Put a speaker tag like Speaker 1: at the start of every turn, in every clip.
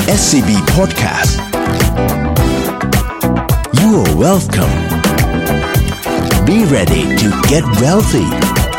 Speaker 1: SCB Podcast You are welcome Be ready to get wealthy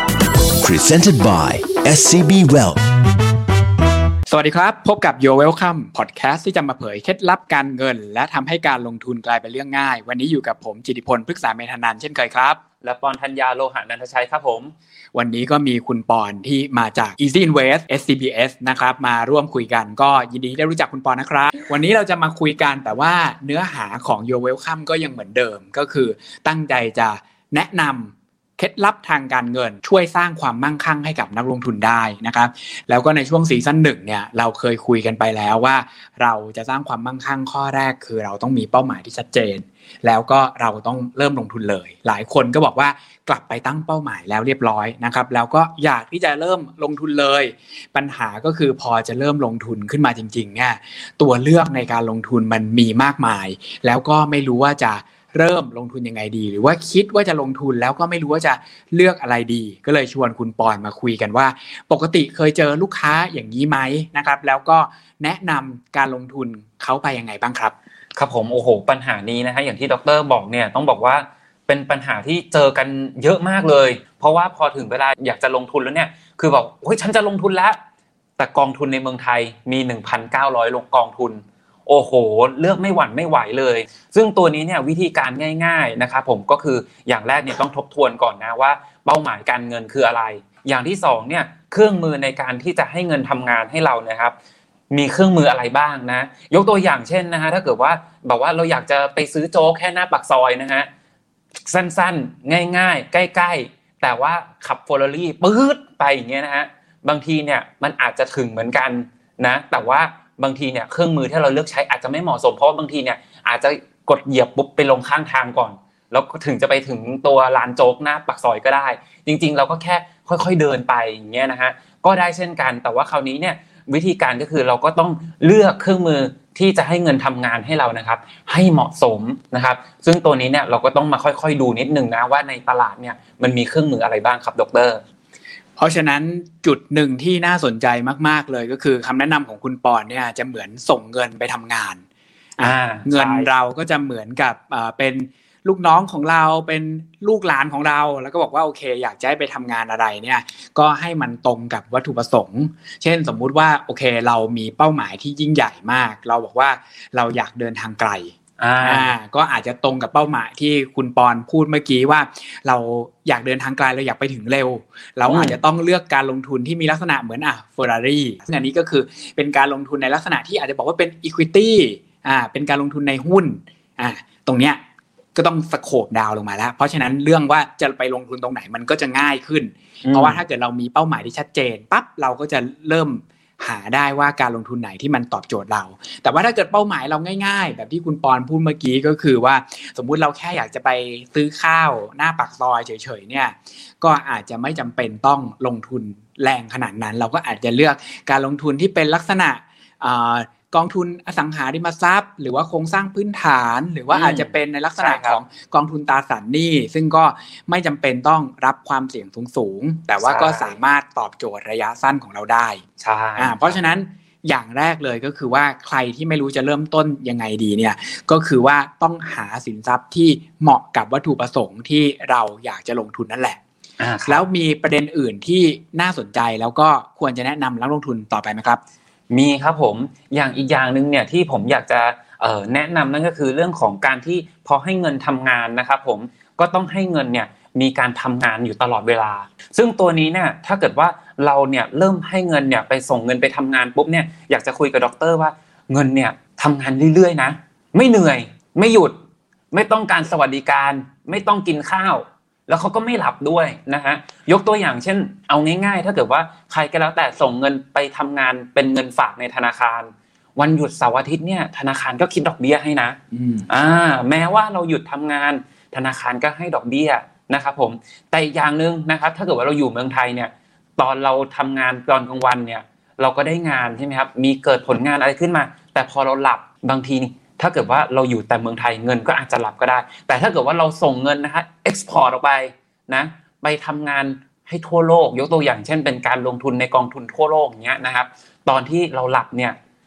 Speaker 1: Presented by SCB Wealth
Speaker 2: สวัสดีครับพบกับ You're Welcome Podcast ที่จะมาเผยเคล็ดลับการเงินและทำให้การลงทุนกลายเป็นเรื่องง่ายวันนี้อยู่กับผมจิตติพลพฤกษาเมธานันท์เช่นเคยครับ
Speaker 3: และปอนธัญญาโลหะนันทชัยครับผม
Speaker 2: วันนี้ก็มีคุณปอนที่มาจาก Easy Invest SCBS นะครับมาร่วมคุยกันก็ยินดีได้รู้จักคุณปอนนะครับวันนี้เราจะมาคุยกันแต่ว่าเนื้อหาของ You're Welcome ก็ยังเหมือนเดิมก็คือตั้งใจจะแนะนำเคล็ดลับทางการเงินช่วยสร้างความมั่งคั่งให้กับนักลงทุนได้นะครับแล้วก็ในช่วงซีซั่น1เนี่ยเราเคยคุยกันไปแล้วว่าเราจะสร้างความมั่งคั่งข้อแรกคือเราต้องมีเป้าหมายที่ชัดเจนแล้วก็เราต้องเริ่มลงทุนเลยหลายคนก็บอกว่ากลับไปตั้งเป้าหมายแล้วเรียบร้อยนะครับแล้วก็อยากที่จะเริ่มลงทุนเลยปัญหาก็คือพอจะเริ่มลงทุนขึ้นมาจริงๆเนี่ยตัวเลือกในการลงทุนมันมีมากมายแล้วก็ไม่รู้ว่าจะเริ่มลงทุนยังไงดีหรือว่าคิดว่าจะลงทุนแล้วก็ไม่รู้ว่าจะเลือกอะไรดีก็เลยชวนคุณปอนมาคุยกันว่าปกติเคยเจอลูกค้าอย่างนี้ไหมนะครับแล้วก็แนะนำการลงทุนเขาไปยังไงบ้างครับ
Speaker 3: ครับผมโอ้โหปัญหานี้นะฮะอย่างที่ดร.บอกเนี่ยต้องบอกว่าเป็นปัญหาที่เจอกันเยอะมากเลยเพราะว่าพอถึงเวลาอยากจะลงทุนแล้วเนี่ยคือบอกโอ้ยฉันจะลงทุนแล้วแต่กองทุนในเมืองไทยมี 1,900 ลงกองทุนโอ้โหเลือกไม่หวั่นไม่ไหวเลยซึ่งตัวนี้เนี่ยวิธีการง่ายๆนะครับผมก็คืออย่างแรกเนี่ยต้องทบทวนก่อนนะว่าเป้าหมายการเงินคืออะไรอย่างที่สองเนี่ยเครื่องมือในการที่จะให้เงินทำงานให้เรานะครับมีเครื่องมืออะไรบ้างนะยกตัวอย่างเช่นนะฮะถ้าเกิดว่าบอกว่าเราอยากจะไปซื้อโจ๊กแค่หน้าปากซอยนะฮะสั้นๆง่ายๆใกล้ๆแต่ว่าขับเฟอร์รารี่ปื๊ดไปอย่างเงี้ยนะฮะบางทีเนี่ยมันอาจจะถึงเหมือนกันนะแต่ว่าบางทีเนี่ยเครื่องมือที่เราเลือกใช้อาจจะไม่เหมาะสมเพราะบางทีเนี่ยอาจจะกดเหยียบปุ๊บไปลงข้างทางก่อนแล้วถึงจะไปถึงตัวร้านโจ๊กหน้าปากซอยก็ได้จริงๆเราก็แค่ค่อยๆเดินไปอย่างเงี้ยนะฮะก็ได้เช่นกันแต่ว่าคราวนี้เนี่ยวิธีการก็คือเราก็ต้องเลือกเครื่องมือที่จะให้เงินทำงานให้เรานะครับให้เหมาะสมนะครับซึ่งตัวนี้เนี่ยเราก็ต้องมาค่อยๆดูนิดนึงนะว่าในตลาดเนี่ยมันมีเครื่องมืออะไรบ้างครับดร.
Speaker 2: เพราะฉะนั้นจุดหนึ่งที่น่าสนใจมากๆเลยก็คือคำแนะนำของคุณปอนเนี่ยจะเหมือนส่งเงินไปทำงานเงินเราก็จะเหมือนกับเป็นลูกน้องของเราเป็นลูกหลานของเราแล้วก็บอกว่าโอเคอยากจะให้ไปทำงานอะไรเนี่ยก็ให้มันตรงกับวัตถุประสงค์เช่นสมมุติว่าโอเคเรามีเป้าหมายที่ยิ่งใหญ่มากเราบอกว่าเราอยากเดินทางไกลก็อาจจะตรงกับเป้าหมายที่คุณปอนพูดเมื่อกี้ว่าเราอยากเดินทางไกลเราอยากไปถึงเร็วเราอาจจะต้องเลือกการลงทุนที่มีลักษณะเหมือนFerrari ซึ่งอันนี้ก็คือเป็นการลงทุนในลักษณะที่อาจจะบอกว่าเป็น equity เป็นการลงทุนในหุ้นตรงเนี้ยก็ต้องสโคปดาวลงมาแล้วเพราะฉะนั้นเรื่องว่าจะไปลงทุนตรงไหนมันก็จะง่ายขึ้นเพราะว่าถ้าเกิดเรามีเป้าหมายที่ชัดเจนปั๊บเราก็จะเริ่มหาได้ว่าการลงทุนไหนที่มันตอบโจทย์เราแต่ว่าถ้าเกิดเป้าหมายเราง่ายๆแบบที่คุณปอนพูดเมื่อกี้ก็คือว่าสมมุติเราแค่อยากจะไปซื้อข้าวหน้าปากซอยเฉยๆเนี่ยก็อาจจะไม่จำเป็นต้องลงทุนแรงขนาดนั้นเราก็อาจจะเลือกการลงทุนที่เป็นลักษณะกองทุนอสังหาริมทรัพย์หรือว่าโครงสร้างพื้นฐานหรือว่าอาจจะเป็นในลักษณะของกองทุนตราสารหนี้ซึ่งก็ไม่จำเป็นต้องรับความเสี่ยงสูงๆแต่ว่าก็สามารถตอบโจทย์ระยะสั้นของเราได้
Speaker 3: ใช่
Speaker 2: เพราะฉะนั้นอย่างแรกเลยก็คือว่าใครที่ไม่รู้จะเริ่มต้นยังไงดีเนี่ยก็คือว่าต้องหาสินทรัพย์ที่เหมาะกับวัตถุประสงค์ที่เราอยากจะลงทุนนั่นแหละแล้วมีประเด็นอื่นที่น่าสนใจแล้วก็ควรจะแนะนำนักลงทุนต่อไปไหมครับ
Speaker 3: มีครับผมอย่างอีกอย่างนึงเนี่ยที่ผมอยากจะแนะนำนั่นก็คือเรื่องของการที่พอให้เงินทำงานนะครับผมก็ต้องให้เงินเนี่ยมีการทำงานอยู่ตลอดเวลาซึ่งตัวนี้เนี่ยถ้าเกิดว่าเราเนี่ยเริ่มให้เงินเนี่ยไปส่งเงินไปทำงานปุ๊บเนี่ยอยากจะคุยกับดร.ว่าเงินเนี่ยทำงานเรื่อยๆนะไม่เหนื่อยไม่หยุดไม่ต้องการสวัสดิการไม่ต้องกินข้าวแล้วเขาก็ไม่หลับด้วยนะฮะยกตัวอย่างเช่นเอาง่ายๆถ้าเกิดว่าใครก็แล้วแต่ส่งเงินไปทำงานเป็นเงินฝากในธนาคารวันหยุดเสาร์อาทิตย์เนี่ยธนาคารก็คิดดอกเบี้ยให้นะแม้ว่าเราหยุดทำงานธนาคารก็ให้ดอกเบี้ยนะครับผมแต่อีกอย่างนึงนะครับถ้าเกิดว่าเราอยู่เมืองไทยเนี่ยตอนเราทำงานตอนกลางวันเนี่ยเราก็ได้งานใช่ไหมครับมีเกิดผลงานอะไรขึ้นมาแต่พอเราหลับบางทีถ้าเกิดว่าเราอยู่แต่เมืองไทยเงินก็อาจจะหลับก็ได้แต่ถ้าเกิดว่าเราส่งเงินนะฮะเอ็กซ์พอร์ตออกไปนะไปทำงานให้ทั่วโลกยกตัวอย่างเช่นเป็นการลงทุนในกองทุนทั่วโลกอย่างเงี้ยนะครับตอนที่เราหลับเนี่ย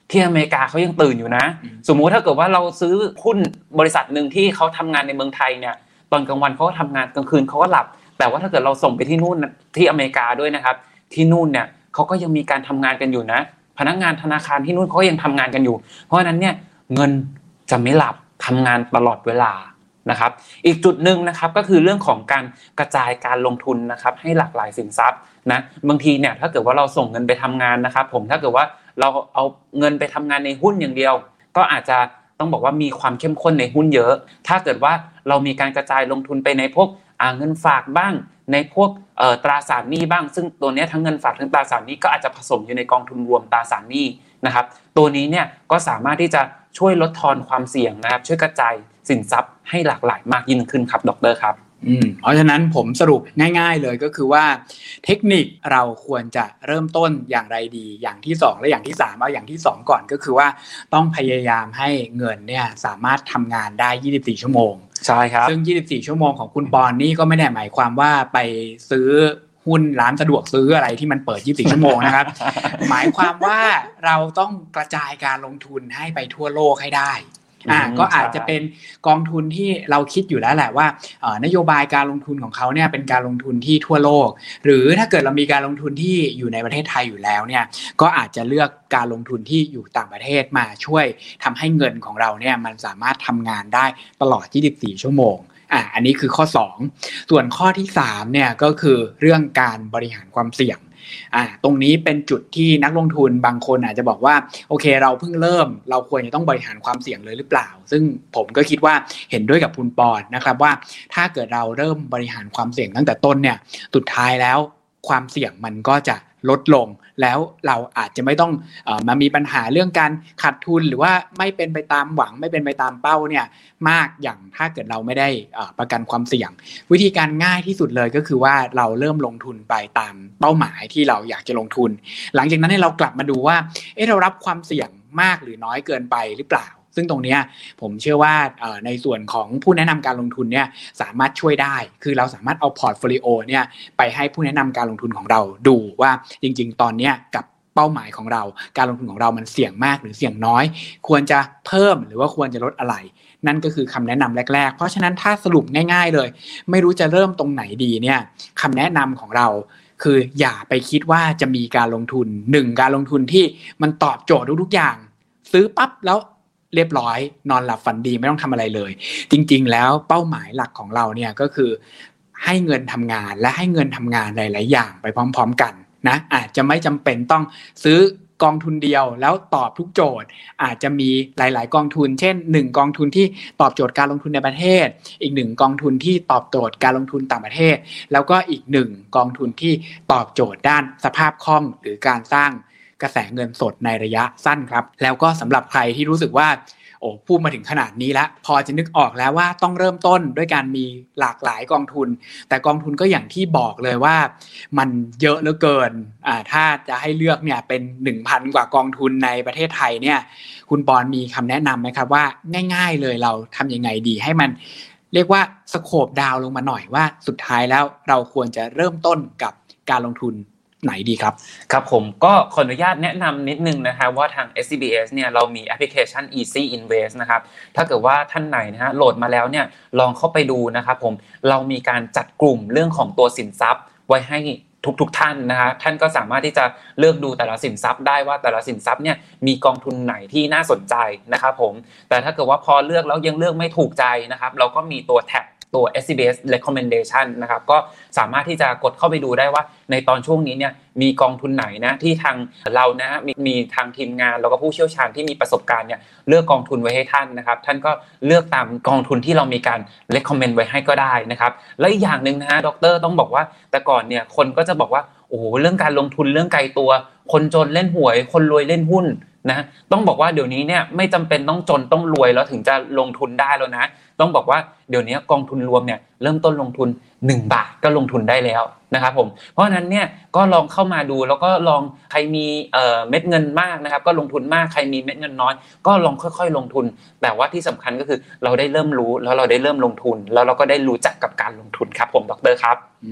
Speaker 3: ที่อเมริกาเขายังตื่นอยู่นะสมมุติถ้าเกิดว่าเราซื้อหุ้นบริษัทนึงที่เขาทำงานในเมืองไทยเนี่ยตอนกลางวันเขาก็ทำงานกลางคืนเขาก็หลับแต่ว่าถ้าเกิดเราส่งไปที่นู่นที่อเมริกาด้วยนะครับที่นู่นเนี่ยเขาก็ยังมีการทำงานกันอยู่นะพนักงานธนาคารที่นู่นเขายังทำงานกันอยู่เพราะฉะนั้นเนี่ยเงินจะไม่หลับทำงานตลอดเวลานะครับอีกจุดนึงนะครับก็คือเรื่องของการกระจายการลงทุนนะครับให้หลากหลายสินทรัพย์นะบางทีเนี่ยถ้าเกิดว่าเราส่งเงินไปทำงานนะครับผมถ้าเกิดว่าเราเอาเงินไปทำงานในหุ้นอย่างเดียวก็อาจจะต้องบอกว่ามีความเข้มข้นในหุ้นเยอะถ้าเกิดว่าเรามีการกระจายลงทุนไปในพวกเงินฝากบ้างในพวกตราสารหนี้บ้างซึ่งตัวนี้ทั้งเงินฝากทั้งตราสารหนี้ก็อาจจะผสมอยู่ในกองทุนรวมตราสารหนี้นะครับตัวนี้เนี่ยก็สามารถที่จะช่วยลดทอนความเสี่ยงนะครับช่วยกระจายสินทรัพย์ให้หลากหลายมากยิ่งขึ้นครับดร.ครับ
Speaker 2: เพราะฉะนั้นผมสรุปง่ายๆเลยก็คือว่าเทคนิคเราควรจะเริ่มต้นอย่างไรดีอย่างที่2และอย่างที่3เอาอย่างที่2ก่อนก็คือว่าต้องพยายามให้เงินเนี่ยสามารถทำงานได้24ชั่วโมง
Speaker 3: ใช่ครับ
Speaker 2: ซึ่ง24ชั่วโมงของคุณปอนนี่ก็ไม่ได้หมายความว่าไปซื้อหุ้นร้านสะดวกซื้ออะไรที่มันเปิด24ชั่วโมงนะครับ หมายความว่าเราต้องกระจายการลงทุนให้ไปทั่วโลกให้ได้ก็อาจจะเป็นกองทุนที่เราคิดอยู่แล้วแหละว่านโยบายการลงทุนของเขาเนี่ยเป็นการลงทุนที่ทั่วโลกหรือถ้าเกิดเรามีการลงทุนที่อยู่ในประเทศไทยอยู่แล้วเนี่ยก็อาจจะเลือกการลงทุนที่อยู่ต่างประเทศมาช่วยทำให้เงินของเราเนี่ยมันสามารถทำงานได้ตลอด24ชั่วโมงอันนี้คือข้อ2ส่วนข้อที่3เนี่ยก็คือเรื่องการบริหารความเสี่ยงตรงนี้เป็นจุดที่นักลงทุนบางคนอาจจะบอกว่าโอเคเราเพิ่งเริ่มเราควรจะต้องบริหารความเสี่ยงเลยหรือเปล่าซึ่งผมก็คิดว่าเห็นด้วยกับคุณปอนนะครับว่าถ้าเกิดเราเริ่มบริหารความเสี่ยงตั้งแต่ต้นเนี่ยสุดท้ายแล้วความเสี่ยงมันก็จะลดลงแล้วเราอาจจะไม่ต้องมามีปัญหาเรื่องการขาดทุนหรือว่าไม่เป็นไปตามหวังไม่เป็นไปตามเป้าเนี่ยมากอย่างถ้าเกิดเราไม่ได้ประกันความเสี่ยงวิธีการง่ายที่สุดเลยก็คือว่าเราเริ่มลงทุนไปตามเป้าหมายที่เราอยากจะลงทุนหลังจากนั้นเรากลับมาดูว่าเรารับความเสี่ยงมากหรือน้อยเกินไปหรือเปล่าซึ่งตรงนี้ผมเชื่อว่าในส่วนของผู้แนะนำการลงทุนเนี่ยสามารถช่วยได้คือเราสามารถเอาพอร์ตโฟลิโอเนี่ยไปให้ผู้แนะนำการลงทุนของเราดูว่าจริงๆตอนนี้กับเป้าหมายของเราการลงทุนของเรามันเสี่ยงมากหรือเสี่ยงน้อยควรจะเพิ่มหรือว่าควรจะลดอะไรนั่นก็คือคำแนะนำแรกๆเพราะฉะนั้นถ้าสรุปง่ายๆเลยไม่รู้จะเริ่มตรงไหนดีเนี่ยคำแนะนำของเราคืออย่าไปคิดว่าจะมีการลงทุนการลงทุนที่มันตอบโจทย์ทุกๆอย่างซื้อปั๊บแล้วเรียบร้อยนอนหลับฝันดีไม่ต้องทำอะไรเลยจริงๆแล้วเป้าหมายหลักของเราเนี่ยก็คือให้เงินทำงานและให้เงินทำงานหลายๆอย่างไปพร้อมๆกันนะอาจจะไม่จำเป็นต้องซื้อกองทุนเดียวแล้วตอบทุกโจทย์อาจจะมีหลายๆกองทุนเช่น1กองทุนที่ตอบโจทย์การลงทุนในประเทศอีก1กองทุนที่ตอบโจทย์การลงทุนต่างประเทศแล้วก็อีก1กองทุนที่ตอบโจทย์ด้านสภาพคล่องหรือการสร้างกระแสเงินสดในระยะสั้นครับแล้วก็สำหรับใครที่รู้สึกว่าพูดมาถึงขนาดนี้แล้วพอจะนึกออกแล้วว่าต้องเริ่มต้นด้วยการมีหลากหลายกองทุนแต่กองทุนก็อย่างที่บอกเลยว่ามันเยอะเหลือเกินถ้าจะให้เลือกเนี่ยเป็น 1,000 กว่ากองทุนในประเทศไทยเนี่ยคุณปอนมีคำแนะนำไหมครับว่าง่ายๆเลยเราทำยังไงดีให้มันเรียกว่าสโคปดาวลงมาหน่อยว่าสุดท้ายแล้วเราควรจะเริ่มต้นกับการลงทุนไหนดีครับ
Speaker 3: ครับผมก็ขออนุญาตแนะนำนิดนึงนะครับว่าทาง SCBS เนี่ยเรามีแอปพลิเคชัน Easy Invest นะครับถ้าเกิดว่าท่านไหนนะฮะโหลดมาแล้วเนี่ยลองเข้าไปดูนะครับผมเรามีการจัดกลุ่มเรื่องของตัวสินทรัพย์ไว้ให้ทุกท่านนะฮะท่านก็สามารถที่จะเลือกดูแต่ละสินทรัพย์ได้ว่าแต่ละสินทรัพย์เนี่ยมีกองทุนไหนที่น่าสนใจนะครับผมแต่ถ้าเกิดว่าพอเลือกแล้วยังเลือกไม่ถูกใจนะครับเราก็มีตัวแท็บตัว SCBS recommendation นะครับก็สามารถที่จะกดเข้าไปดูได้ว่าในตอนช่วงนี้เนี่ยมีกองทุนไหนนะที่ทางเรานะฮะมีทางทีมงานแล้วก็ผู้เชี่ยวชาญที่มีประสบการณ์เนี่ยเลือกกองทุนไว้ให้ท่านนะครับท่านก็เลือกตามกองทุนที่เรามีการ recommend ไว้ให้ก็ได้นะครับและอีกอย่างนึงนะฮะดร.ต้องบอกว่าแต่ก่อนเนี่ยคนก็จะบอกว่าโอ้โหเรื่องการลงทุนเรื่องไกลตัวคนจนเล่นหวยคนรวยเล่นหุ้นนะต้องบอกว่าเดี๋ยวนี้เนี่ยไม่จำเป็นต้องจนต้องรวยแล้วถึงจะลงทุนได้แล้วนะต้องบอกว่าเดี๋ยวนี้กองทุนรวมเนี่ยเริ่มต้นลงทุน1 บาทก็ลงทุนได้แล้วนะครับผมเพราะฉะนั้นเนี่ยก็ลองเข้ามาดูแล้วก็ลองใครมีเม็ดเงินมากนะครับก็ลงทุนมากใครมีเม็ดเงินน้อยก็ลองค่อยๆลงทุนแต่ว่าที่สำคัญก็คือเราได้เริ่มรู้แล้วเราได้เริ่มลงทุนแล้วเราก็ได้รู้จักกับการลงทุนครับผมดร.ครับ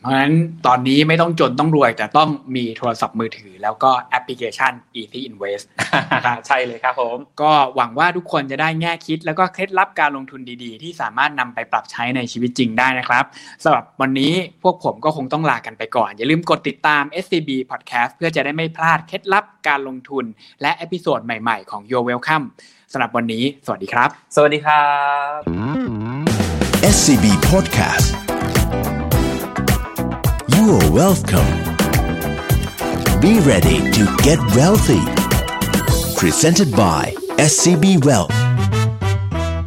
Speaker 2: เพราะฉะนั้นตอนนี้ไม่ต้องจนต้องรวยแต่ต้องมีโทรศัพท์มือถือแล้วก็แอปพลิเคชัน Easy Invest
Speaker 3: ใช่เลยครับผม
Speaker 2: ก็หวังว่าทุกคนจะได้แง่คิดแล้วก็เคล็ดลับการลงทุนดีๆที่สามารถนำไปปรับใช้ในชีวิตจริงได้นะครับสำหรับวันนี้พวกผมก็คงต้องลากันไปก่อนอย่าลืมกดติดตาม SCB Podcast เพื่อจะได้ไม่พลาดเคล็ดลับการลงทุนและเอพิโซดใหม่ๆของ You're Welcome สำหรับวันนี้สวัสดีครับ
Speaker 3: สวัสดีครับ
Speaker 1: SCB Podcast You are welcome. Be ready to get wealthy. Presented by SCB Wealth.